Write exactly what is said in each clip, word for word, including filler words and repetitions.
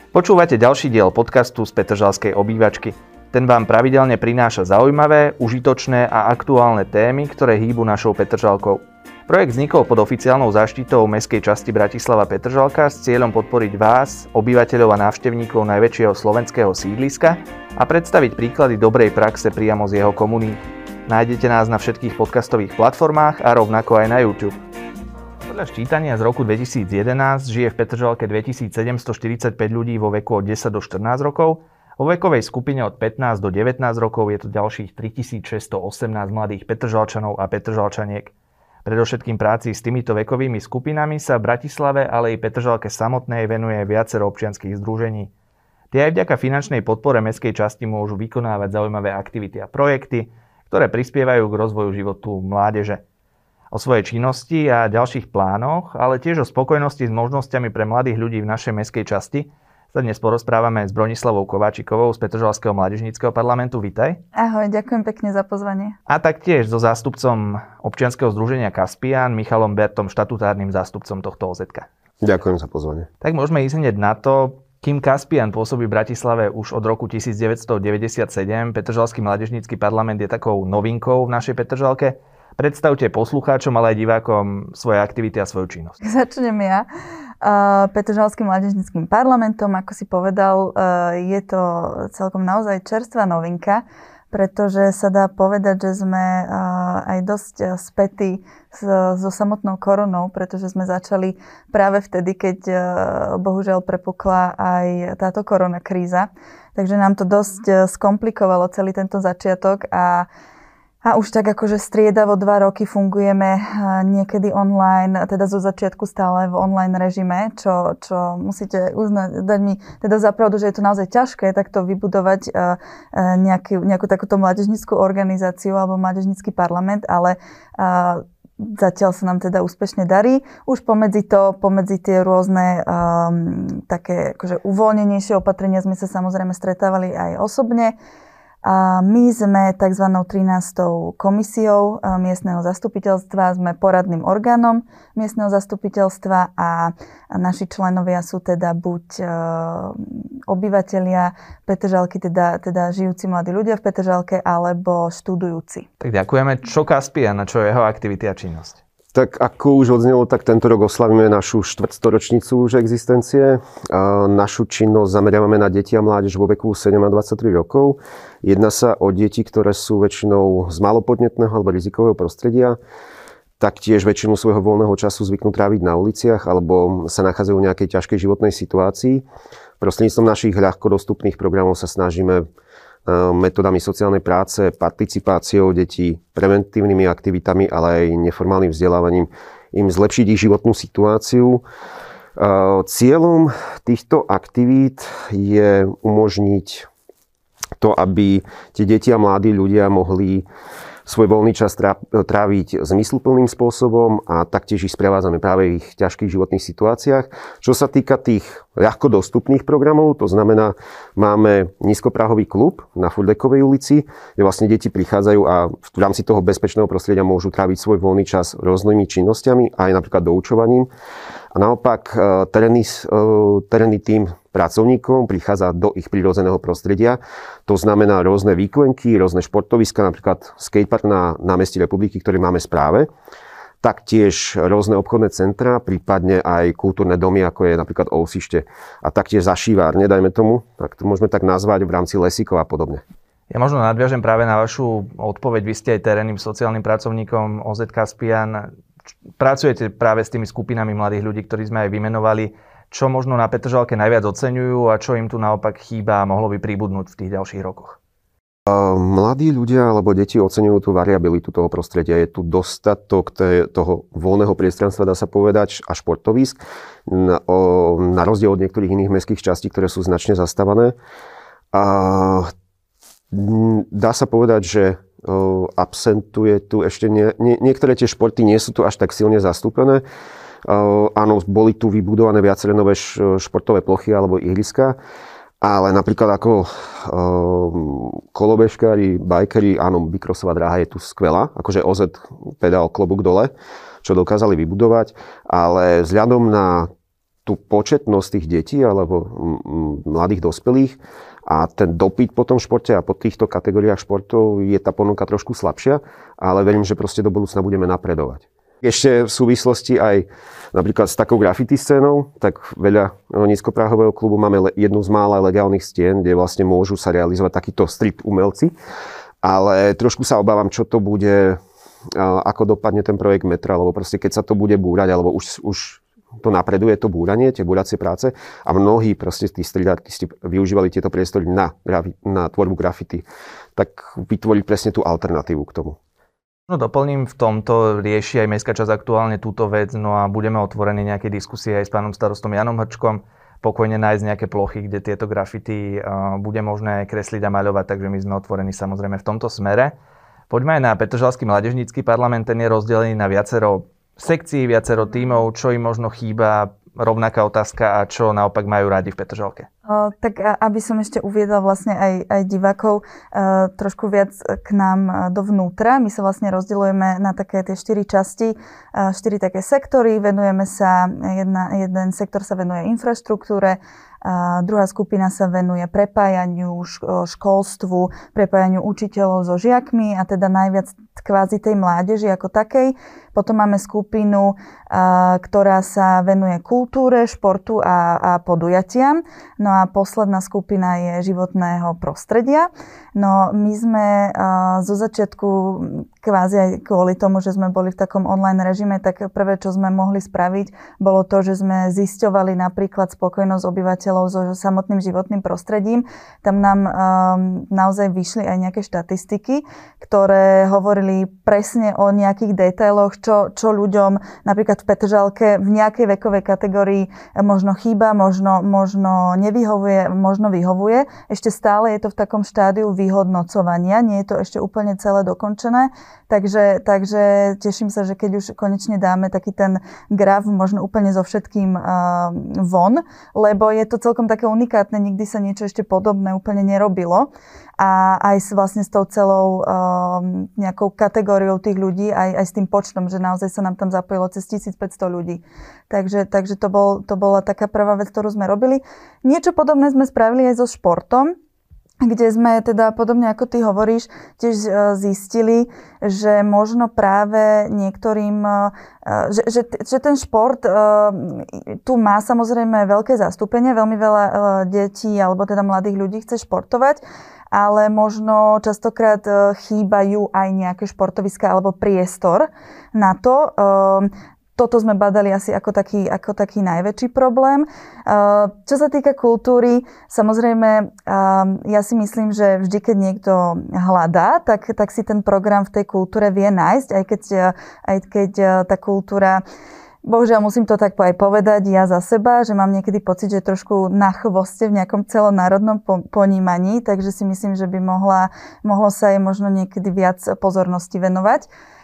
Počúvate ďalší diel podcastu z Petržalskej obývačky. Ten vám pravidelne prináša zaujímavé, užitočné a aktuálne témy, ktoré hýbu našou Petržalkou. Projekt vznikol pod oficiálnou záštitou mestskej časti Bratislava Petržalka s cieľom podporiť vás, obyvateľov a návštevníkov najväčšieho slovenského sídliska a predstaviť príklady dobrej praxe priamo z jeho komunít. Nájdete nás na všetkých podcastových platformách a rovnako aj na YouTube. Podľa ščítania z roku dvetisíc jedenásť žije v Petržalke dvetisícsedemstoštyridsaťpäť ľudí vo veku od desať do štrnásť rokov, vo vekovej skupine od pätnásť do devätnásť rokov je to ďalších tritisícšesťstoosemnásť mladých Petržalčanov a Petržalčaniek. Predovšetkým práci s týmito vekovými skupinami sa v Bratislave, ale i Petržalke samotnej venuje viacero občianskych združení. Tie aj vďaka finančnej podpore mestskej časti môžu vykonávať zaujímavé aktivity a projekty, ktoré prispievajú k rozvoju životu mládeže. O svojej činnosti a ďalších plánoch, ale tiež o spokojnosti s možnosťami pre mladých ľudí v našej mestskej časti sa dnes porozprávame s Bronislavou Kováčikovou z Petržalského mládežníckeho parlamentu. Vítaj. Ahoj, ďakujem pekne za pozvanie. A taktiež so zástupcom občianskeho združenia Kaspian, Michalom Bertom, štatutárnym zástupcom tohto ó zet ká. Ďakujem za pozvanie. Tak môžeme ísť hneď na to, kým Kaspian pôsobí v Bratislave už od roku devätnásťstodeväťdesiatsedem, Petržalský mládežnícky parlament je takou novinkou v našej Petržalke. Predstavte poslucháčom, ale aj divákom svoje aktivity a svoju činnosť. Začnem ja. Uh, Petržalským mládežníckym parlamentom, ako si povedal, uh, je to celkom naozaj čerstvá novinka, pretože sa dá povedať, že sme uh, aj dosť uh, spätí so, so samotnou koronou, pretože sme začali práve vtedy, keď uh, bohužiaľ prepukla aj táto korona kríza. Takže nám to dosť uh, skomplikovalo celý tento začiatok a A už tak akože striedavo dva roky fungujeme niekedy online, teda zo začiatku stále v online režime, čo, čo musíte uznať, dať mi teda za pravdu, že je to naozaj ťažké takto vybudovať nejaký, nejakú takúto mládežnícku organizáciu alebo mládežnícky parlament, ale zatiaľ sa nám teda úspešne darí. Už pomedzi to, pomedzi tie rôzne um, také akože uvoľnenejšie opatrenia sme sa samozrejme stretávali aj osobne. A my sme tzv. trinástou komisiou miestneho zastupiteľstva, sme poradným orgánom miestneho zastupiteľstva a naši členovia sú teda buď obyvatelia Petržalky, teda, teda žijúci mladí ľudia v Petržalke, alebo študujúci. Tak ďakujeme. Čo Kaspian a čo je jeho aktivity a činnosť? Tak ako už odznelo, tak tento rok oslavíme našu štvrťstoročnicu už existencie. A našu činnosť zameriavame na deti a mládež vo veku sedem a dvadsaťtri rokov. Jedná sa o deti, ktoré sú väčšinou z malopodnetného alebo rizikového prostredia. Taktiež väčšinu svojho voľného času zvyknú tráviť na uliciach alebo sa nachádzajú v nejakej ťažkej životnej situácii. Prostredníctvom našich ľahko dostupných programov sa snažíme metodami sociálnej práce, participáciou detí, preventívnymi aktivitami, ale aj neformálnym vzdelávaním im zlepšiť ich životnú situáciu. Cieľom týchto aktivít je umožniť to, aby tie deti a mladí ľudia mohli svoj voľný čas tráviť zmysluplným spôsobom a taktiež ich sprevádzame práve v ich ťažkých životných situáciách. Čo sa týka tých ľahko dostupných programov, to znamená, máme nízkopráhový klub na Furdekovej ulici, kde vlastne deti prichádzajú a v rámci toho bezpečného prostredia môžu tráviť svoj voľný čas rôznymi činnosťami, aj napríklad doučovaním. A naopak terénny, terénny tím pracovníkom prichádza do ich prírodzeného prostredia. To znamená rôzne výklenky, rôzne športoviska, napríklad skatepark na námestí Republiky, ktorý máme v správe. Taktiež rôzne obchodné centrá, prípadne aj kultúrne domy, ako je napríklad Ousište. A taktiež zašívárne, dajme tomu, tak to môžeme tak nazvať v rámci lesíkov a podobne. Ja možno nadviažem práve na vašu odpoveď. Vy ste aj terénnym sociálnym pracovníkom ó zet Kaspian. Pracujete práve s tými skupinami mladých ľudí, ktorí sme aj vymenovali. Čo možno na Petržalke najviac oceňujú a čo im tu naopak chýba a mohlo by pribudnúť v tých ďalších rokoch? Mladí ľudia alebo deti oceňujú tú variabilitu toho prostredia. Je tu dostatok toho voľného priestranstva, dá sa povedať, a športovísk. Na, na rozdiel od niektorých iných mestských častí, ktoré sú značne zastavané. A dá sa povedať, že absentuje tu ešte nie, nie, niektoré tie športy nie sú tu až tak silne zastúpené. Uh, áno, boli tu vybudované viaceré nové športové plochy alebo ihriska, ale napríklad ako uh, kolobežkári, bajkeri, áno, bicrossová dráha je tu skvelá, akože ó zet pedál klobúk dole, čo dokázali vybudovať, ale vzhľadom na tú početnosť tých detí alebo mladých dospelých a ten dopyt po tom športe a po týchto kategóriách športov je tá ponuka trošku slabšia, ale verím, že proste do budúcna budeme napredovať. Ešte v súvislosti aj napríklad s takou graffiti scénou, tak veľa nízkopráhového klubu máme jednu z mála legálnych stien, kde vlastne môžu sa realizovať takíto street umelci, ale trošku sa obávam, čo to bude, ako dopadne ten projekt metra, lebo proste keď sa to bude búrať, alebo už, už to napreduje, to búranie, tie búracie práce a mnohí proste tí streetartisti využívali tieto priestory na, na tvorbu graffiti, tak vytvoriť presne tú alternatívu k tomu. No doplním, v tomto rieši aj Mestská časť aktuálne túto vec, no a budeme otvorení nejaké diskusie aj s pánom starostom Janom Hrčkom, pokojne nájsť nejaké plochy, kde tieto graffiti uh, bude možné kresliť a maľovať, takže my sme otvorení samozrejme v tomto smere. Poďme aj na Petržalský mládežnícky parlament, ten je rozdelený na viacero sekcií, viacero tímov, čo im možno chýba, rovnaká otázka a čo naopak majú radi v Petržalke. O, tak aby som ešte uviedla vlastne aj, aj divákov e, trošku viac k nám dovnútra. My sa vlastne rozdeľujeme na také tie štyri časti, e, štyri také sektory. Venujeme sa, jedna, jeden sektor sa venuje infraštruktúre, a druhá skupina sa venuje prepájaniu školstvu, prepájaniu učiteľov so žiakmi a teda najviac kvázi tej mládeži ako takej. Potom máme skupinu, ktorá sa venuje kultúre, športu a, a podujatiam. No a posledná skupina je životného prostredia. No my sme zo začiatku kvázi aj kvôli tomu, že sme boli v takom online režime, tak prvé, čo sme mohli spraviť, bolo to, že sme zisťovali napríklad spokojnosť obyvateľov so samotným životným prostredím. Tam nám um, naozaj vyšli aj nejaké štatistiky, ktoré hovorili presne o nejakých detailoch, čo, čo ľuďom napríklad v Petržalke v nejakej vekovej kategórii možno chýba, možno, možno nevyhovuje, možno vyhovuje. Ešte stále je to v takom štádiu vyhodnocovania, nie je to ešte úplne celé dokončené. Takže, takže teším sa, že keď už konečne dáme taký ten graf možno úplne so všetkým uh, von, lebo je to celkom také unikátne, nikdy sa niečo ešte podobné úplne nerobilo. A aj s, vlastne s tou celou um, nejakou kategóriou tých ľudí, aj, aj s tým počtom, že naozaj sa nám tam zapojilo cez tisícpäťsto ľudí. Takže, takže to, bol, to bola taká prvá vec, ktorú sme robili. Niečo podobné sme spravili aj so športom, kde sme teda, podobne ako ty hovoríš, tiež zistili, že možno práve niektorým, že, že, že ten šport tu má samozrejme veľké zastúpenie, veľmi veľa detí alebo teda mladých ľudí chce športovať, ale možno častokrát chýbajú aj nejaké športoviská alebo priestor na to. Toto sme badali asi ako taký, ako taký najväčší problém. Čo sa týka kultúry, samozrejme, ja si myslím, že vždy, keď niekto hľadá, tak, tak si ten program v tej kultúre vie nájsť, aj keď, aj keď tá kultúra, bohužiaľ musím to tak aj povedať ja za seba, že mám niekedy pocit, že je trošku na chvoste v nejakom celonárodnom ponímaní, takže si myslím, že by mohla, mohlo sa jej možno niekedy viac pozornosti venovať.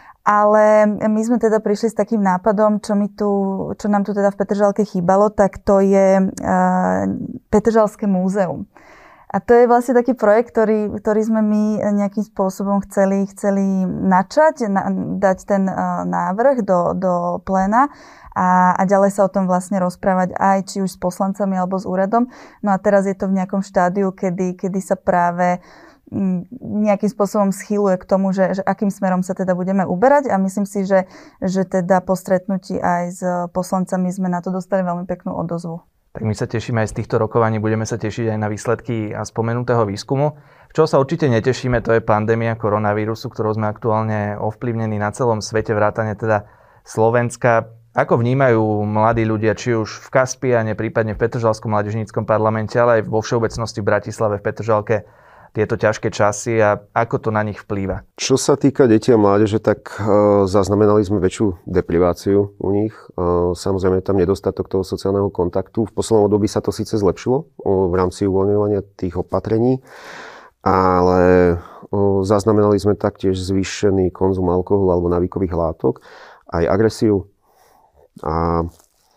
Ale my sme teda prišli s takým nápadom, čo, mi tu, čo nám tu teda v Petržalke chýbalo, tak to je uh, Petržalské múzeum. A to je vlastne taký projekt, ktorý, ktorý sme my nejakým spôsobom chceli, chceli načať, na, dať ten uh, návrh do, do pléna a, a ďalej sa o tom vlastne rozprávať aj či už s poslancami alebo s úradom. No a teraz je to v nejakom štádiu, kedy, kedy sa práve nejakým spôsobom schýluje k tomu, že, že akým smerom sa teda budeme uberať a myslím si, že, že teda po stretnutí aj s poslancami sme na to dostali veľmi peknú odozvu. Tak my sa tešíme aj z týchto rokovaní, budeme sa tešiť aj na výsledky a spomenutého výskumu. Čo sa určite netešíme, to je pandémia koronavírusu, ktorou sme aktuálne ovplyvnení na celom svete, vrátane teda Slovenska. Ako vnímajú mladí ľudia, či už v Kaspiane, prípadne v Petržalskom mládežníckom parlamente, ale aj vo všeobecnosti v Bratislave, v Petržalke, tieto ťažké časy a ako to na nich vplýva? Čo sa týka detí a mládeže, tak uh, zaznamenali sme väčšiu depriváciu u nich. Uh, samozrejme, tam nedostatok toho sociálneho kontaktu. V poslednom období sa to síce zlepšilo uh, v rámci uvoľňovania tých opatrení, ale uh, zaznamenali sme taktiež zvýšený konzum alkoholu alebo návykových látok, aj agresiu a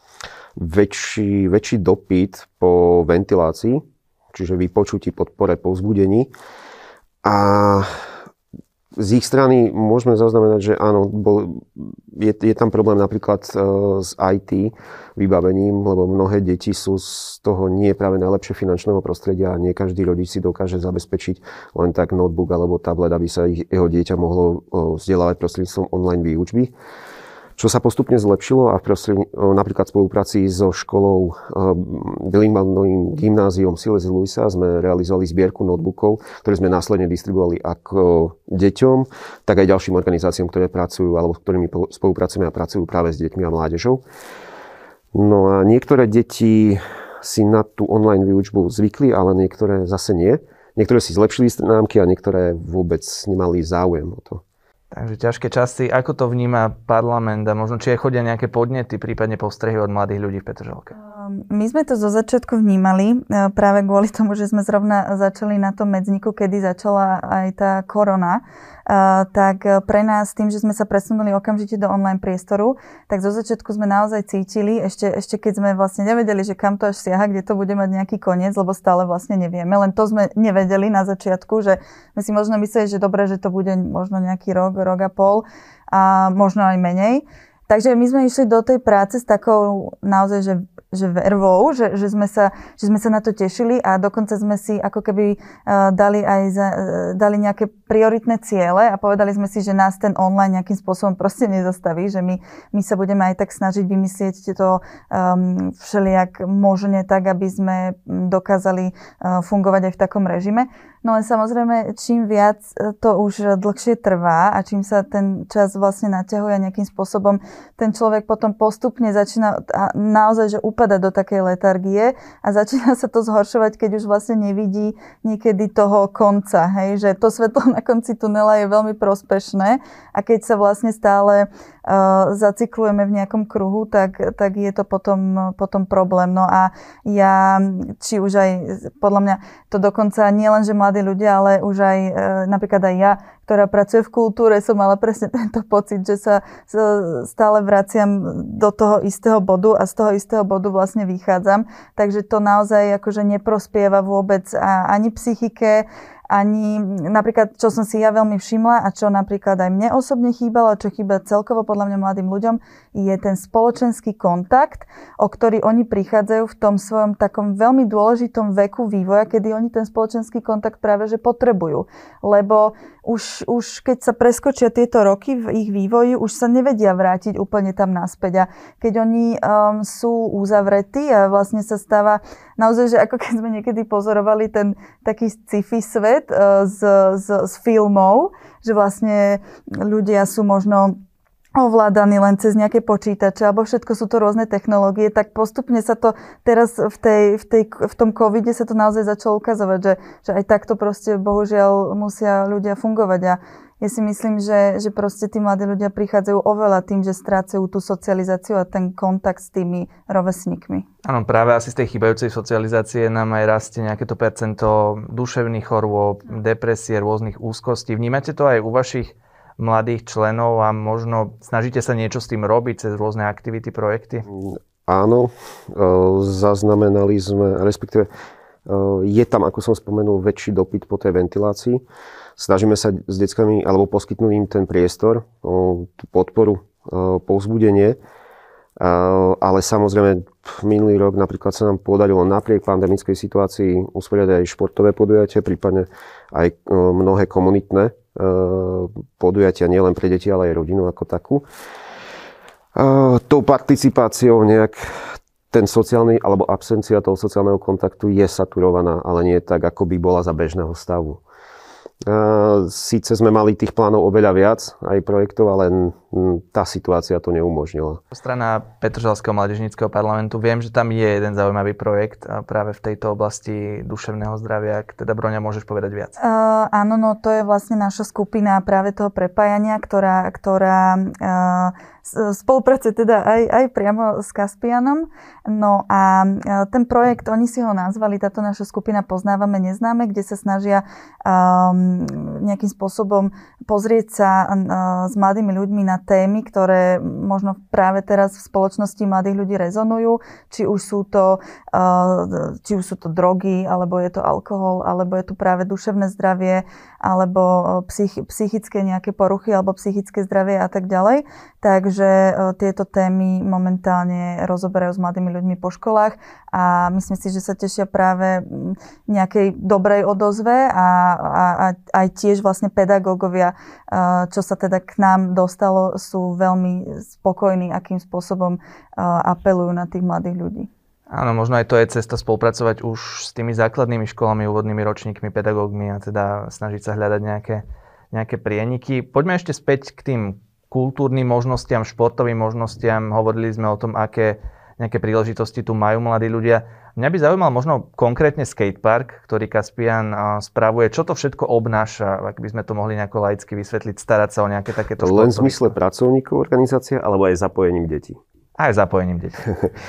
väčší, väčší dopyt po ventilácii, čiže vypočutí, podpore, povzbudení. A z ich strany môžeme zaznamenať, že áno, bol, je, je tam problém napríklad s í té vybavením, lebo mnohé deti sú z toho nie práve najlepšie finančného prostredia a nie každý rodič si dokáže zabezpečiť len tak notebook alebo tablet, aby sa ich, jeho dieťa mohlo vzdelávať prostredníctvom online výučby. Čo sa postupne zlepšilo a v prostredí, napríklad v spolupráci so školou bilingválnym gymnáziom Siles Luisa sme realizovali zbierku notebookov, ktoré sme následne distribuovali ako deťom, tak aj ďalším organizáciám, ktoré pracujú alebo s ktorými spolupracujeme a pracujú práve s deťmi a mládežou. No a niektoré deti si na tú online výučbu zvykli, ale niektoré zase nie. Niektoré si zlepšili známky a niektoré vôbec nemali záujem o to. Takže ťažké časy. Ako to vníma parlament a možno či aj chodia nejaké podnety, prípadne postrehy od mladých ľudí v Petržalke? My sme to zo začiatku vnímali práve kvôli tomu, že sme zrovna začali na tom medzníku, kedy začala aj tá korona. Uh, tak pre nás tým, že sme sa presunuli okamžite do online priestoru, tak zo začiatku sme naozaj cítili, ešte, ešte keď sme vlastne nevedeli, že kam to až siaha, kde to bude mať nejaký koniec, lebo stále vlastne nevieme. Len to sme nevedeli na začiatku, že sme si možno mysleli, že dobre, že to bude možno nejaký rok, rok a pol a možno aj menej. Takže my sme išli do tej práce s takou naozaj, že, že vervou, že, že, sme sa, že sme sa na to tešili a dokonca sme si ako keby uh, dali aj za, uh, dali nejaké prioritné ciele a povedali sme si, že nás ten online nejakým spôsobom proste nezastaví, že my, my sa budeme aj tak snažiť vymyslieť to um, všelijak možne tak, aby sme dokázali uh, fungovať aj v takom režime. No len samozrejme, čím viac to už dlhšie trvá a čím sa ten čas vlastne naťahuje nejakým spôsobom, ten človek potom postupne začína naozaj, že upadať do takej letargie a začína sa to zhoršovať, keď už vlastne nevidí niekedy toho konca, hej, že to svetlo na konci tunela je veľmi prospešné a keď sa vlastne stále uh, zacyklujeme v nejakom kruhu, tak, tak je to potom, potom problém. No a ja, či už aj, podľa mňa to dokonca nie len, že mladí ľudia, ale už aj uh, napríklad aj ja, ktorá pracuje v kultúre, som mala presne tento pocit, že sa stále vraciam do toho istého bodu a z toho istého bodu vlastne vychádzam. Takže to naozaj akože neprospieva vôbec ani psychike, ani napríklad, čo som si ja veľmi všimla a čo napríklad aj mne osobne chýbalo, čo chýba celkovo podľa mňa mladým ľuďom, je ten spoločenský kontakt, o ktorý oni prichádzajú v tom svojom takom veľmi dôležitom veku vývoja, kedy oni ten spoločenský kontakt práve že potrebujú. Lebo už, už keď sa preskočia tieto roky v ich vývoji, už sa nevedia vrátiť úplne tam naspäť. A keď oni um, sú uzavretí a vlastne sa stáva naozaj, že ako keď sme niekedy pozorovali ten taký sci-fi svet uh, z, z, z filmov, že vlastne ľudia sú možno ovládaní len cez nejaké počítače, alebo všetko sú to rôzne technológie, tak postupne sa to teraz v, tej, v, tej, v tom covide sa to naozaj začalo ukazovať, že, že aj takto proste bohužiaľ musia ľudia fungovať a ja si myslím, že, že proste tí mladí ľudia prichádzajú oveľa tým, že strácajú tú socializáciu a ten kontakt s tými rovesníkmi. Áno, práve asi z tej chýbajúcej socializácie nám aj rastie nejaké to percento duševných chorôb, depresie, rôznych úzkostí. Vnímate to aj u vašich mladých členov a možno snažíte sa niečo s tým robiť cez rôzne aktivity, projekty? Áno, zaznamenali sme, respektíve je tam, ako som spomenul, väčší dopyt po tej ventilácii. Snažíme sa s deckami, alebo poskytnúť im ten priestor, tú podporu, povzbudenie. Ale samozrejme, minulý rok napríklad sa nám podarilo napriek pandemickej situácii usporiadať aj športové podujatia, prípadne aj mnohé komunitné podujatia nielen pre deti, ale aj rodinu ako takú. Tou participáciou nejak ten sociálny alebo absencia toho sociálneho kontaktu je saturovaná, ale nie tak, ako by bola za bežného stavu. Síce sme mali tých plánov oveľa viac, aj projektov, ale tá situácia to neumožnila. Strana Petržalského mládežníckeho parlamentu, viem, že tam je jeden zaujímavý projekt práve v tejto oblasti duševného zdravia. Ak teda, Broňa, môžeš povedať viac? Uh, áno, no to je vlastne naša skupina práve toho prepájania, ktorá, ktorá uh, spolupracuje teda aj, aj priamo s Kaspianom. No a ten projekt, oni si ho nazvali, táto naša skupina Poznávame neznáme, kde sa snažia um, nejakým spôsobom pozrieť sa uh, s mladými ľuďmi na na témy, ktoré možno práve teraz v spoločnosti mladých ľudí rezonujú, či už sú to, či už sú to drogy, alebo je to alkohol, alebo je tu práve duševné zdravie, alebo psych, psychické nejaké poruchy, alebo psychické zdravie a tak ďalej. Takže tieto témy momentálne rozoberajú s mladými ľuďmi po školách a myslím si, že sa tešia práve nejakej dobrej odozve a, a, a aj tiež vlastne pedagógovia, čo sa teda k nám dostalo, sú veľmi spokojní, akým spôsobom apelujú na tých mladých ľudí. Áno, možno aj to je cesta spolupracovať už s tými základnými školami, úvodnými ročníkmi, pedagógmi a teda snažiť sa hľadať nejaké, nejaké prieniky. Poďme ešte späť k tým kultúrnym možnostiam, športovým možnostiam. Hovorili sme o tom, aké nejaké príležitosti tu majú mladí ľudia. Mňa by zaujímal možno konkrétne skatepark, ktorý Kaspian spravuje. Čo to všetko obnáša, ak by sme to mohli nejako laicky vysvetliť, starať sa o nejaké takéto športové? Len v zmysle pracovníkov organizácie, alebo aj zapojením detí? Aj zapojením detí.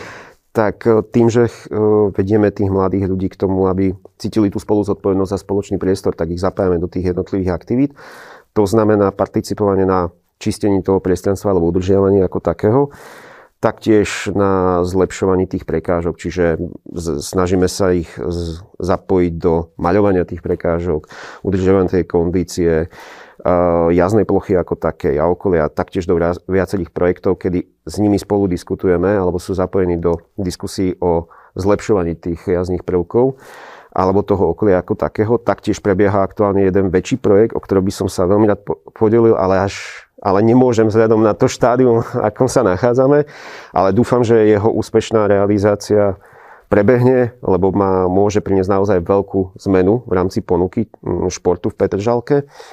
Tak tým, že vedieme tých mladých ľudí k tomu, aby cítili tú spolu zodpovednosť za spoločný priestor, tak ich zapájame do tých jednotlivých aktivít. To znamená participovanie na čistení toho priestranstva alebo udržiavaní ako takého. Taktiež na zlepšovaní tých prekážok, čiže snažíme sa ich zapojiť do maľovania tých prekážok, udržiavania tej kondície, jazdnej plochy ako takej a okolia, taktiež do viacerých projektov, kedy s nimi spolu diskutujeme alebo sú zapojení do diskusí o zlepšovaní tých jazdných prvkov alebo toho okolia ako takého. Taktiež prebieha aktuálne jeden väčší projekt, o ktorom by som sa veľmi rád podelil, ale až ale nemôžem vzhľadom na to štádium, akom sa nachádzame, ale dúfam, že jeho úspešná realizácia prebehne, lebo má, môže priniesť naozaj veľkú zmenu v rámci ponuky športu v Petržalke.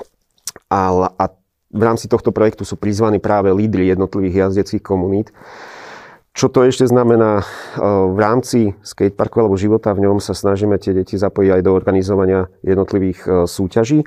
A, a v rámci tohto projektu sú prizvaní práve lídri jednotlivých jazdeckých komunít. Čo to ešte znamená? V rámci skateparku alebo života v ňom sa snažíme tie deti zapojiť aj do organizovania jednotlivých súťaží.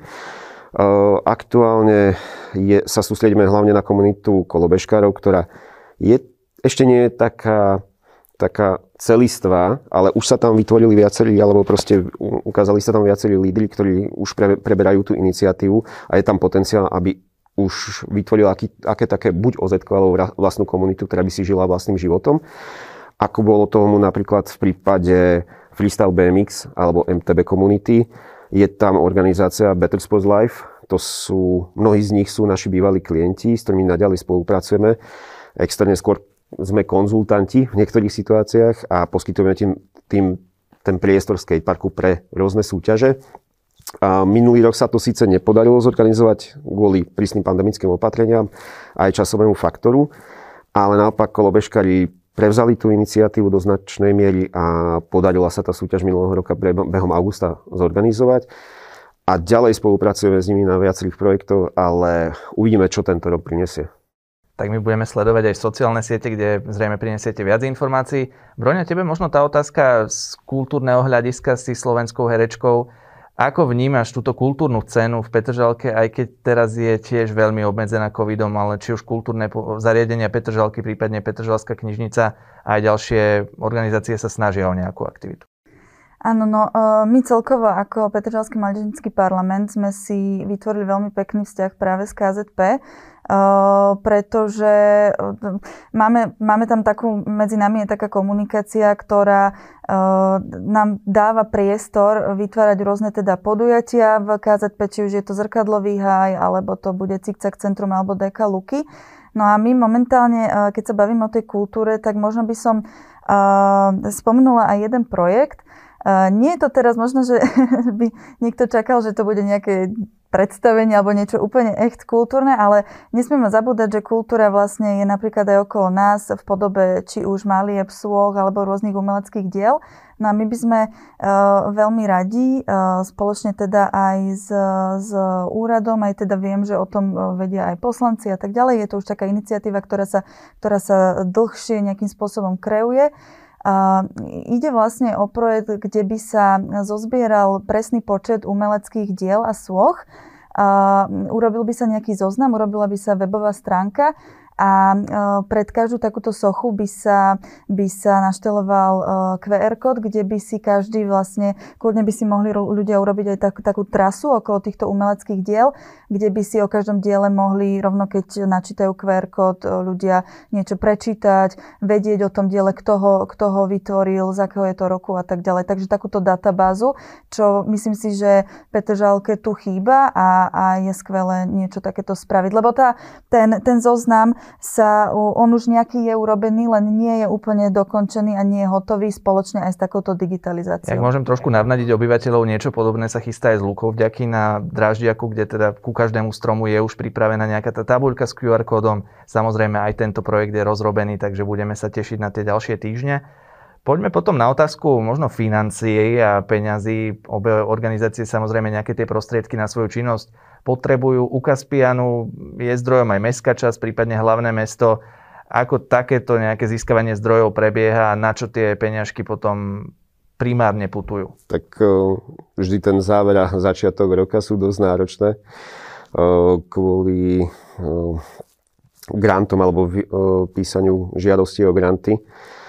Aktuálne je, sa sústredíme hlavne na komunitu kolobežkárov, ktorá je, ešte nie je taká, taká celistvá, ale už sa tam vytvorili viacerí, alebo proste ukázali sa tam viacerí lídri, ktorí už pre, preberajú tú iniciatívu a je tam potenciál, aby už vytvoril aký, aké také buď ó zet ká alebo vlastnú komunitu, ktorá by si žila vlastným životom. Ako bolo tomu napríklad v prípade Freestyle bé em iks alebo em té bé komunity. Je tam organizácia Better Sports Life. To sú, mnohí z nich sú naši bývalí klienti, s ktorými naďalej spolupracujeme. Externe skôr sme konzultanti v niektorých situáciách a poskytujeme tým, tým ten priestor skateparku pre rôzne súťaže. A minulý rok sa to síce nepodarilo zorganizovať kvôli prísnym pandemickým opatreniam aj časovému faktoru, ale naopak kolobežkári prevzali tú iniciatívu do značnej miery a podarila sa tá súťaž minulého roka behom augusta zorganizovať. A ďalej spolupracujeme s nimi na viacerých projektoch, ale uvidíme, čo tento rok prinesie. Tak my budeme sledovať aj sociálne siete, kde zrejme prinesiete viac informácií. Broňa, tebe možno tá otázka z kultúrneho hľadiska si slovenskou herečkou. Ako vnímaš túto kultúrnu scénu v Petržalke, aj keď teraz je tiež veľmi obmedzená covidom, ale či už kultúrne zariadenia Petržalky, prípadne Petržalská knižnica a aj ďalšie organizácie sa snažia o nejakú aktivitu? Áno, no my celkovo ako Petržalský mládežnícky parlament sme si vytvorili veľmi pekný vzťah práve s ká zet pé, pretože máme, máme tam takú, medzi nami je taká komunikácia, ktorá nám dáva priestor vytvárať rôzne teda podujatia v ká zet pé, či už je to Zrkadlový háj, alebo to bude Cikcak centrum, alebo dé ká Luky. No a my momentálne, keď sa bavíme o tej kultúre, tak možno by som spomenula aj jeden projekt. Nie je to teraz možno, že by niekto čakal, že to bude nejaké predstavenie alebo niečo úplne echt kultúrne, ale nesmieme zabúdať, že kultúra vlastne je napríklad aj okolo nás v podobe či už malieb, psôch alebo rôznych umeleckých diel. No a my by sme uh, veľmi radi, uh, spoločne teda aj s, s úradom, aj teda viem, že o tom vedia aj poslanci a tak ďalej. Je to už taká iniciatíva, ktorá sa, ktorá sa dlhšie nejakým spôsobom kreuje. Uh, ide vlastne o projekt, kde by sa zozbieral presný počet umeleckých diel a sôch. Uh, urobil by sa nejaký zoznam, urobila by sa webová stránka a pred každú takúto sochu by sa, by sa našteloval kvé er kód, kde by si každý vlastne, kľudne by si mohli ľudia urobiť aj tak, takú trasu okolo týchto umeleckých diel, kde by si o každom diele mohli, rovno keď načítajú kvé er kód, ľudia niečo prečítať, vedieť o tom diele, kto ho, kto ho vytvoril, z akého je to roku a tak ďalej. Takže takúto databázu, čo myslím si, že Petržalke tu chýba a, a je skvelé niečo takéto spraviť. Lebo tá, ten, ten zoznam, sa, on už nejaký je urobený, len nie je úplne dokončený a nie je hotový spoločne aj s takouto digitalizáciou. Jak môžem trošku navnadiť obyvateľov, niečo podobné sa chystá aj z Lukovďaky na Dráždiaku, kde teda ku každému stromu je už pripravená nejaká tá tabuľka s kjú ár kódom. Samozrejme aj tento projekt je rozrobený, takže budeme sa tešiť na tie ďalšie týždne. Poďme potom na otázku možno financií a peňazí. Obe organizácie samozrejme nejaké tie prostriedky na svoju činnosť potrebujú. U Kaspianu je zdrojom aj mestská časť, prípadne hlavné mesto. Ako takéto nejaké získavanie zdrojov prebieha a na čo tie peňažky potom primárne putujú? Tak vždy ten záver a začiatok roka sú dosť náročné kvôli grantom alebo písaniu žiadosti o granty.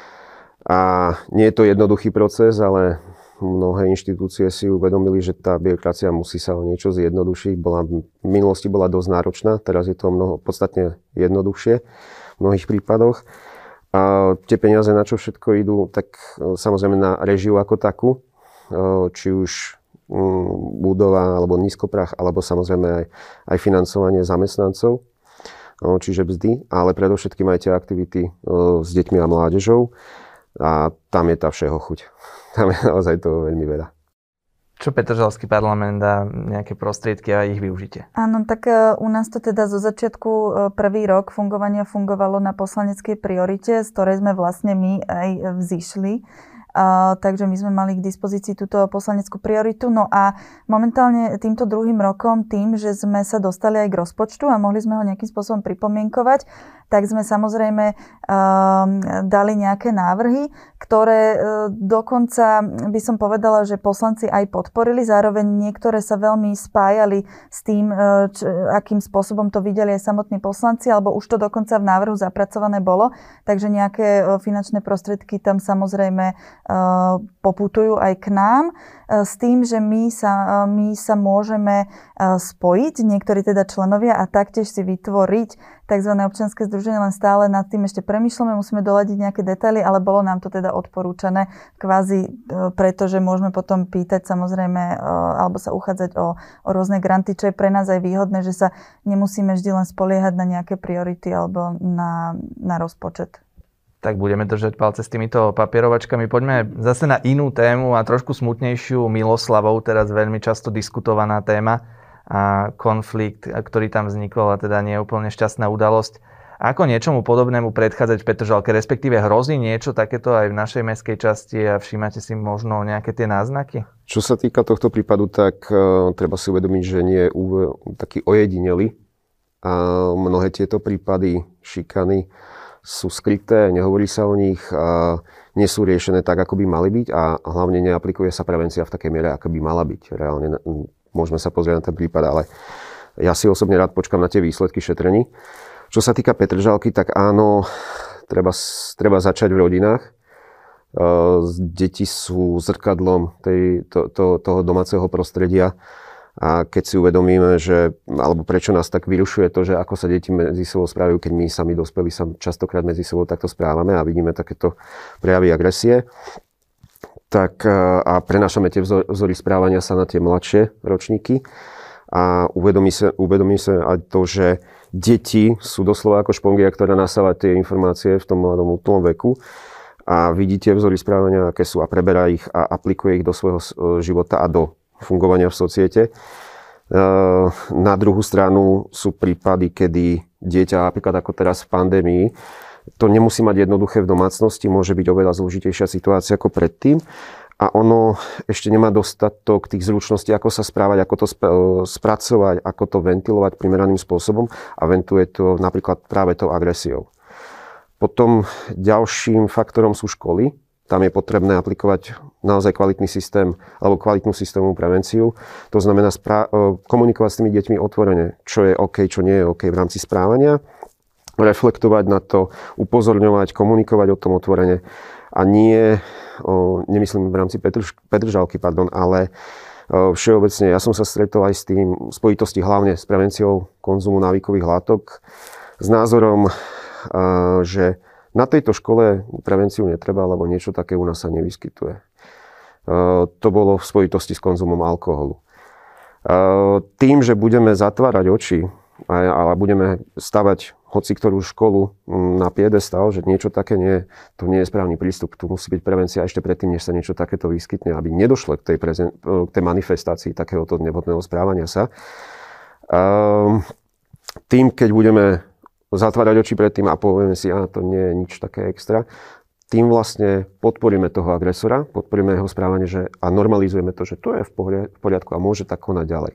A nie je to jednoduchý proces, ale mnohé inštitúcie si uvedomili, že tá byrokracia musí sa o niečo zjednodušiť. Bola, v minulosti bola dosť náročná, teraz je to mnoho, podstatne jednoduchšie v mnohých prípadoch. A tie peniaze, na čo všetko idú, tak samozrejme na režiu ako takú, či už budova alebo nízkoprach, alebo samozrejme aj, aj financovanie zamestnancov, čiže mzdy, ale predovšetkým aj tie aktivity s deťmi a mládežou. A tam je tá všeho chuť. Tam je naozaj toho veľmi veľa. Čo Petržalský parlament dá nejaké prostriedky a ich využitie? Áno, tak u nás to teda zo začiatku prvý rok fungovania fungovalo na poslaneckej priorite, z ktorej sme vlastne my aj vzišli. Uh, takže my sme mali k dispozícii túto poslaneckú prioritu. No a momentálne týmto druhým rokom, tým, že sme sa dostali aj k rozpočtu a mohli sme ho nejakým spôsobom pripomienkovať, tak sme samozrejme uh, dali nejaké návrhy, ktoré uh, dokonca by som povedala, že poslanci aj podporili. Zároveň niektoré sa veľmi spájali s tým, uh, č, akým spôsobom to videli aj samotní poslanci, alebo už to dokonca v návrhu zapracované bolo. Takže nejaké uh, finančné prostriedky tam samozrejme poputujú aj k nám s tým, že my sa, my sa môžeme spojiť, niektorí teda členovia, a taktiež si vytvoriť tzv. Občianske združenie, len stále nad tým ešte premýšľame, musíme doľadiť nejaké detaily, ale bolo nám to teda odporúčané kvázi, pretože môžeme potom pýtať samozrejme alebo sa uchádzať o, o rôzne granty, čo je pre nás aj výhodné, že sa nemusíme vždy len spoliehať na nejaké priority alebo na, na rozpočet. Tak budeme držať palce s týmito papierovačkami. Poďme zase na inú tému a trošku smutnejšiu. Miloslavou, teraz veľmi často diskutovaná téma a konflikt, ktorý tam vznikol, a teda nie je úplne šťastná udalosť. Ako niečomu podobnému predchádzať v Petržalke, respektíve hrozí niečo takéto aj v našej mestskej časti a všímate si možno nejaké tie náznaky? Čo sa týka tohto prípadu, tak uh, treba si uvedomiť, že nie je uh, taký ojedinelý. A mnohé tieto prípady šikany sú skryté, nehovorí sa o nich, a nie sú riešené tak, ako by mali byť, a hlavne neaplikuje sa prevencia v takej miere, ako by mala byť. Reálne môžeme sa pozrieť na ten prípad, ale ja si osobne rád počkam na tie výsledky šetrení. Čo sa týka Petržalky, tak áno, treba, treba začať v rodinách. Deti sú zrkadlom tej, to, to, toho domáceho prostredia. A keď si uvedomíme, že, alebo prečo nás tak vyrušuje to, že ako sa deti medzi sebou správajú, keď my sami dospelí sa častokrát medzi sebou takto správame a vidíme takéto prejavy agresie, tak a prenášame tie vzory správania sa na tie mladšie ročníky a uvedomí sa, uvedomí sa aj to, že deti sú doslova ako špongia, ktoré nasávajú tie informácie v tom mladom útlom veku a vidí tie vzory správania, aké sú, a preberá ich a aplikuje ich do svojho života a do fungovania v societe. Na druhú stranu sú prípady, kedy dieťa, napríklad ako teraz v pandémii, to nemusí mať jednoduché v domácnosti, môže byť oveľa zložitejšia situácia ako predtým a ono ešte nemá dostatok tých zručností, ako sa správať, ako to spracovať, ako to ventilovať primeraným spôsobom, a ventuje to napríklad práve tou agresiou. Potom ďalším faktorom sú školy. Tam je potrebné aplikovať naozaj kvalitný systém alebo kvalitnú systémovú prevenciu. To znamená spra- komunikovať s tými deťmi otvorene, čo je OK, čo nie je OK v rámci správania. reflektovať na to, upozorňovať, komunikovať o tom otvorene. A nie, o, nemyslím v rámci Petrž, Petržalky, pardon, ale o, všeobecne, ja som sa stretol aj s tým v spojitosti hlavne s prevenciou konzumu návykových látok, s názorom, a, že na tejto škole prevenciu netreba, lebo niečo také u nás sa nevyskytuje. A, to bolo v spojitosti s konzumom alkoholu. A, tým, že budeme zatvárať oči a, a budeme stavať hoci ktorú školu na piedestal, že niečo také nie, to nie je správny prístup. Tu musí byť prevencia ešte predtým, než sa niečo takéto vyskytne, aby nedošlo k tej, prezen- k tej manifestácii takéhoto nevhodného správania sa. Um, tým, keď budeme zatvárať oči pred tým a povieme si, a to nie je nič také extra, tým vlastne podporíme toho agresora, podporíme jeho správanie že, a normalizujeme to, že to je v poriadku a môže tak konať ďalej.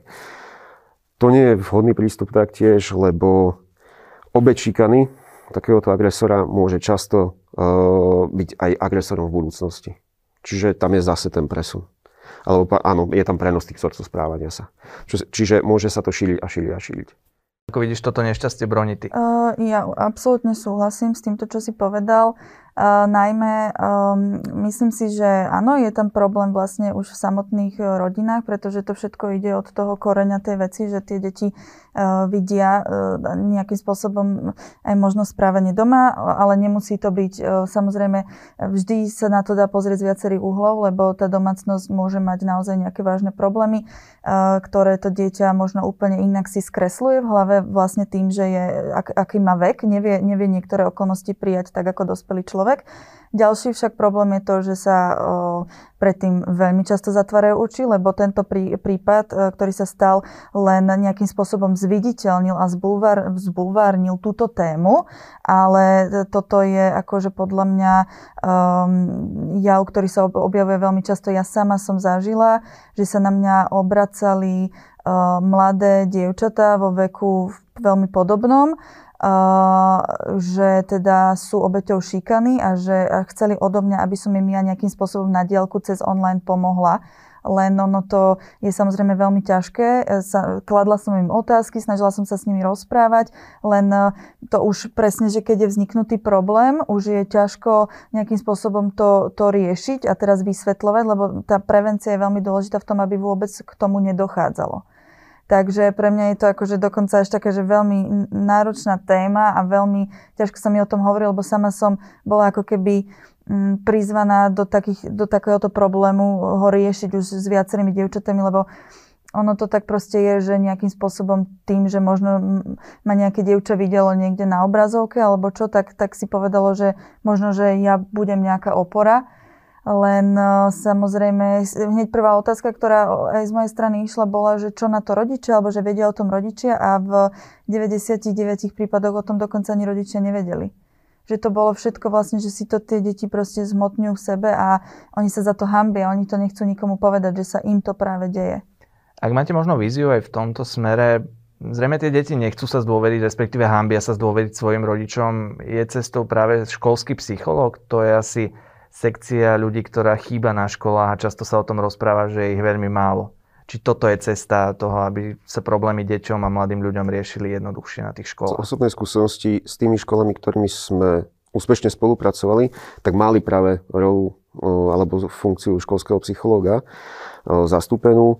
To nie je vhodný prístup taktiež, lebo obeť šikany takéhoto agresora môže často uh, byť aj agresorom v budúcnosti. Čiže tam je zase ten presun. Alebo áno, je tam prenos tých vzorcov správania sa. Čiže, čiže môže sa to šíriť a šíriť a šíriť. Ako vidíš toto nešťastie, Bronity? Uh, ja absolútne súhlasím s týmto, čo si povedal. Uh, najmä um, myslím si, že áno, je tam problém vlastne už v samotných rodinách, pretože to všetko ide od toho koreňa tej veci, že tie deti uh, vidia uh, nejakým spôsobom aj možno správanie doma, ale nemusí to byť. Uh, samozrejme, vždy sa na to dá pozrieť z viacerých uhlov, lebo tá domácnosť môže mať naozaj nejaké vážne problémy, uh, ktoré to dieťa možno úplne inak si skresluje v hlave vlastne tým, že je, ak, aký má vek, nevie, nevie niektoré okolnosti prijať tak ako dospelý človek. Ďalší však problém je to, že sa o, predtým veľmi často zatvárajú oči, lebo tento prí, prípad, o, ktorý sa stal, len nejakým spôsobom zviditeľnil a zbulvár, zbulvárnil túto tému, ale toto je akože podľa mňa um, jav, ktorý sa objavuje veľmi často. Ja sama som zažila, že sa na mňa obracali uh, mladé dievčatá vo veku veľmi podobnom, Uh, že teda sú obeťou šikany a že chceli odo mňa, aby som im ja nejakým spôsobom na diaľku cez online pomohla. Len ono to je samozrejme veľmi ťažké. Kladla som im otázky, snažila som sa s nimi rozprávať, len to už presne, že keď je vzniknutý problém, už je ťažko nejakým spôsobom to, to riešiť a teraz vysvetľovať, lebo tá prevencia je veľmi dôležitá v tom, aby vôbec k tomu nedochádzalo. Takže pre mňa je to akože dokonca až také, že veľmi náročná téma a veľmi ťažko sa mi o tom hovorilo, lebo sama som bola ako keby prizvaná do, takých, do takéhoto problému ho riešiť už s viacerými dievčatami, lebo ono to tak proste je, že nejakým spôsobom tým, že možno ma nejaké dievča videlo niekde na obrazovke alebo čo, tak, tak si povedalo, že možno, že ja budem nejaká opora. Len samozrejme, hneď prvá otázka, ktorá aj z mojej strany išla, bola, že čo na to rodičia, alebo že vedia o tom rodičia a v deväťdesiatdeväť prípadoch o tom dokonca ani rodičia nevedeli. Že to bolo všetko vlastne, že si to tie deti proste zmotňujú v sebe a oni sa za to hanbia, oni to nechcú nikomu povedať, že sa im to práve deje. Ak máte možno víziu aj v tomto smere, zrejme tie deti nechcú sa zdôveriť, respektíve hanbia sa zdôveriť svojim rodičom, je cestou práve školský psychológ, to je asi sekcia ľudí, ktorá chýba na školách a často sa o tom rozpráva, že je ich veľmi málo. Či toto je cesta toho, aby sa problémy deťom a mladým ľuďom riešili jednoduchšie na tých školách? Z osobnej skúsenosti s tými školami, ktorými sme úspešne spolupracovali, tak mali práve rolu alebo funkciu školského psychológa zastúpenú.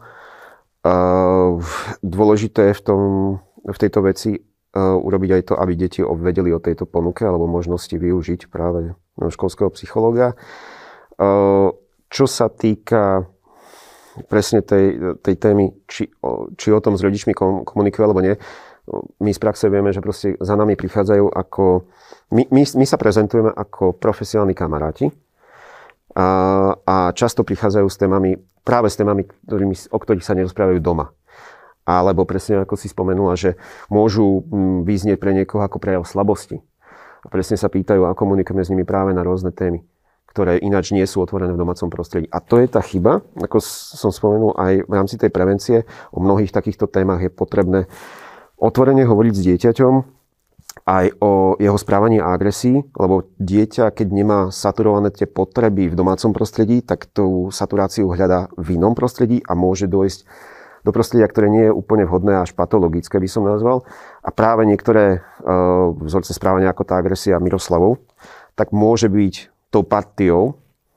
Dôležité je v, tom, v tejto veci urobiť aj to, aby deti vedeli o tejto ponuke alebo možnosti využiť práve školského psychológa. Čo sa týka presne tej, tej témy, či, či o tom s rodičmi komunikujú alebo nie, my z praxe vieme, že proste za nami prichádzajú ako... My, my, my sa prezentujeme ako profesionálni kamaráti a, a často prichádzajú s témami, práve s témami, ktorými, o ktorých sa nerozprávajú doma. Alebo presne ako si spomenula, že môžu vyznieť pre niekoho ako prejav slabosti. A presne sa pýtajú a komunikujeme s nimi práve na rôzne témy, ktoré ináč nie sú otvorené v domácom prostredí. A to je tá chyba, ako som spomenul aj v rámci tej prevencie. O mnohých takýchto témach je potrebné otvorene hovoriť s dieťaťom aj o jeho správaní a agresii, lebo dieťa, keď nemá saturované tie potreby v domácom prostredí, tak tú saturáciu hľadá v inom prostredí a môže dôjsť do prostredia, ktoré nie je úplne vhodné, až patologické by som nazval. A práve niektoré uh, vzorce správania ako tá agresia Miroslavov, tak môže byť tou partiou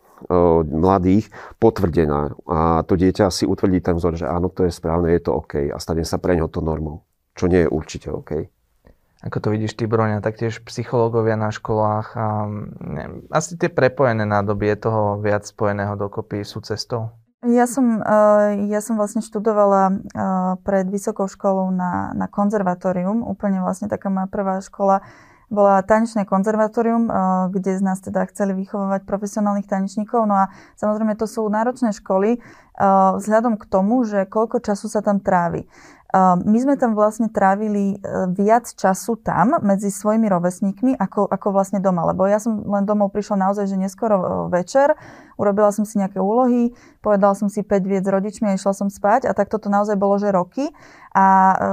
uh, mladých potvrdená. A to dieťa si utvrdí ten vzor, že áno, to je správne, je to OK a stane sa preňho to normou, čo nie je určite OK. Ako to vidíš ty, Broňa, taktiež psychológovia na školách a neviem, asi tie prepojené nádoby, je toho viac spojeného dokopy, sú cestou? Ja som, ja som vlastne študovala pred vysokou školou na, na konzervatórium. Úplne vlastne taká moja prvá škola bola tanečné konzervatórium, kde z nás teda chceli vychovávať profesionálnych tanečníkov. No a samozrejme to sú náročné školy vzhľadom k tomu, že koľko času sa tam trávi. My sme tam vlastne trávili viac času tam medzi svojimi rovesníkmi ako, ako vlastne doma. Lebo ja som len domov prišla naozaj, že neskoro večer, urobila som si nejaké úlohy, povedala som si päť vied s rodičmi a išla som spať a tak toto naozaj bolo, že roky. A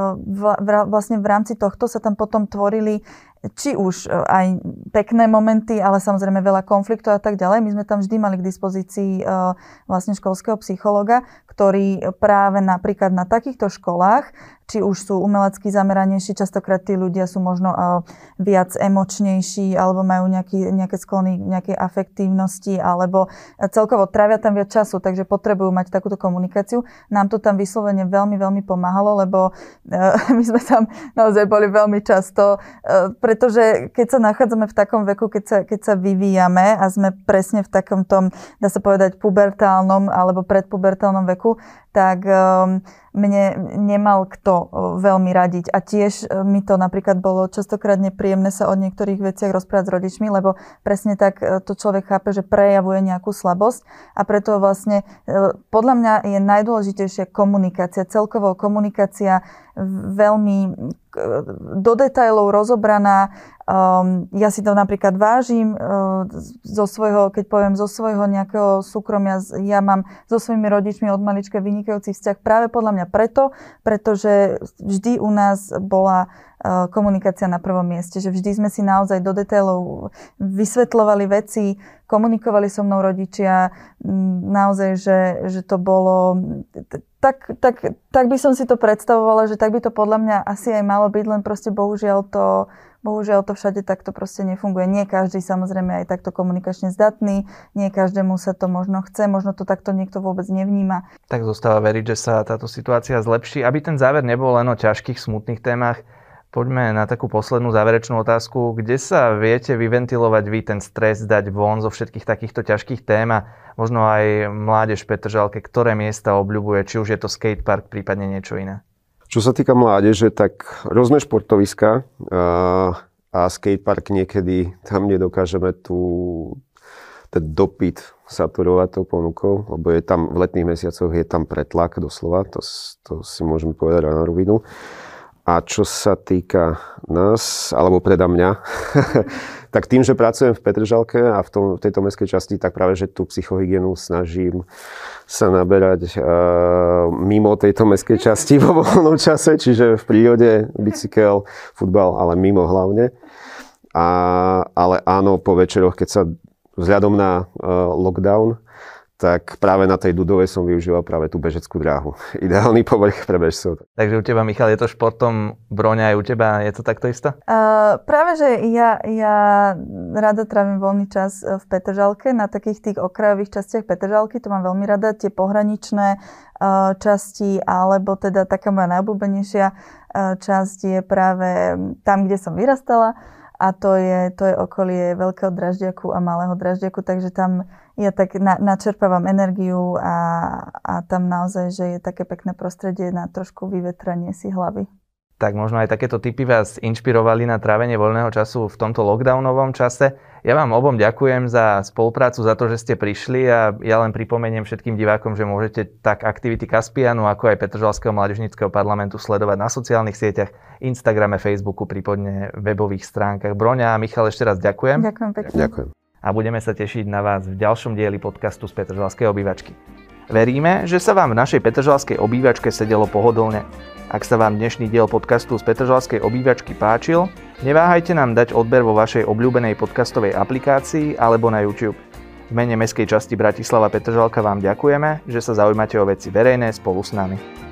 v, v, vlastne v rámci tohto sa tam potom tvorili či už aj pekné momenty, ale samozrejme veľa konfliktov a tak ďalej. My sme tam vždy mali k dispozícii vlastne školského psychologa, ktorý práve napríklad na takýchto školách, či už sú umelecky zameranejší, častokrát tí ľudia sú možno uh, viac emočnejší, alebo majú nejaký, nejaké sklony nejakej afektívnosti, alebo celkovo trávia tam viac času, takže potrebujú mať takúto komunikáciu. Nám to tam vyslovene veľmi, veľmi pomáhalo, lebo uh, my sme tam naozaj boli veľmi často, uh, pretože keď sa nachádzame v takom veku, keď sa, keď sa vyvíjame a sme presne v takom tom, dá sa povedať, pubertálnom alebo predpubertálnom veku, tak um, mne nemal kto veľmi radiť. A tiež mi to napríklad bolo častokrát nepríjemné sa o niektorých veciach rozprávať s rodičmi, lebo presne tak to človek chápe, že prejavuje nejakú slabosť a preto vlastne podľa mňa je najdôležitejšia komunikácia, celkovo komunikácia veľmi do detailov rozobraná. Um, ja si to napríklad vážim uh, zo svojho, keď poviem, zo svojho nejakého súkromia. Ja mám so svojimi rodičmi od malička vynikajúci vzťah práve podľa mňa preto, pretože vždy u nás bola uh, komunikácia na prvom mieste, že vždy sme si naozaj do detailov vysvetľovali veci, komunikovali so mnou rodičia, naozaj, že, že to bolo... Tak, tak, tak by som si to predstavovala, že tak by to podľa mňa asi aj malo byť, len proste bohužiaľ to, bohužiaľ to všade takto proste nefunguje. Nie každý samozrejme aj takto komunikačne zdatný, nie každému sa to možno chce, možno to takto niekto vôbec nevníma. Tak zostáva veriť, že sa táto situácia zlepší. Aby ten záver nebol len o ťažkých, smutných témach, poďme na takú poslednú záverečnú otázku. Kde sa viete vyventilovať vy, ten stres dať von zo všetkých takýchto ťažkých tém a možno aj mládež v Petržalke, ktoré miesta obľubuje, či už je to skatepark, prípadne niečo iné? Čo sa týka mládeže, tak rôzne športoviska a, a skatepark niekedy tam nedokážeme tu ten dopyt saturovať tou ponukou, lebo je tam v letných mesiacoch je tam pretlak doslova, to, to si môžeme povedať na rovinu. A čo sa týka nás, alebo preda mňa, tak tým, že pracujem v Petržalke a v, tom, v tejto mestskej časti, tak práve, že tú psychohygienu snažím sa naberať uh, mimo tejto mestskej časti vo voľnom čase, čiže v prírode, bicykel, futbal, ale mimo hlavne. A, ale áno, po večeroch, keď sa vzhľadom na uh, lockdown, tak práve na tej Dudovej som využíval práve tú bežeckú dráhu. Ideálny povrch pre bežcov. Takže u teba, Michal, je to športom, Broňa, aj u teba je to takto isto? Uh, práve, že ja, ja rada trávim voľný čas v Petržalke, na takých tých okrajových častiach Petržalky, to mám veľmi rada, tie pohraničné uh, časti, alebo teda taká moja najobľúbenejšia uh, časť je práve tam, kde som vyrastala, a to je, to je okolie Veľkého Dražďaku a Malého Dražďaku, takže tam ja tak na, načerpávam energiu a, a tam naozaj, že je také pekné prostredie na trošku vyvetranie si hlavy. Tak možno aj takéto tipy vás inšpirovali na trávenie voľného času v tomto lockdownovom čase. Ja vám obom ďakujem za spoluprácu, za to, že ste prišli a ja len pripomeniem všetkým divákom, že môžete tak aktivity Kaspianu, ako aj Petržalského mládežníckeho parlamentu sledovať na sociálnych sieťach, Instagrame, Facebooku, prípadne webových stránkach. Broňa a Michal, ešte raz ďakujem. Ďakujem pekne. Ďakujem. A budeme sa tešiť na vás v ďalšom dieli podcastu z Petržalskej obývačky. Veríme, že sa vám v našej Petržalskej obývačke sedelo pohodlne. Ak sa vám dnešný diel podcastu z Petržalskej obývačky páčil, neváhajte nám dať odber vo vašej obľúbenej podcastovej aplikácii alebo na YouTube. V mene mestskej časti Bratislava Petržalka vám ďakujeme, že sa zaujímate o veci verejné spolu s nami.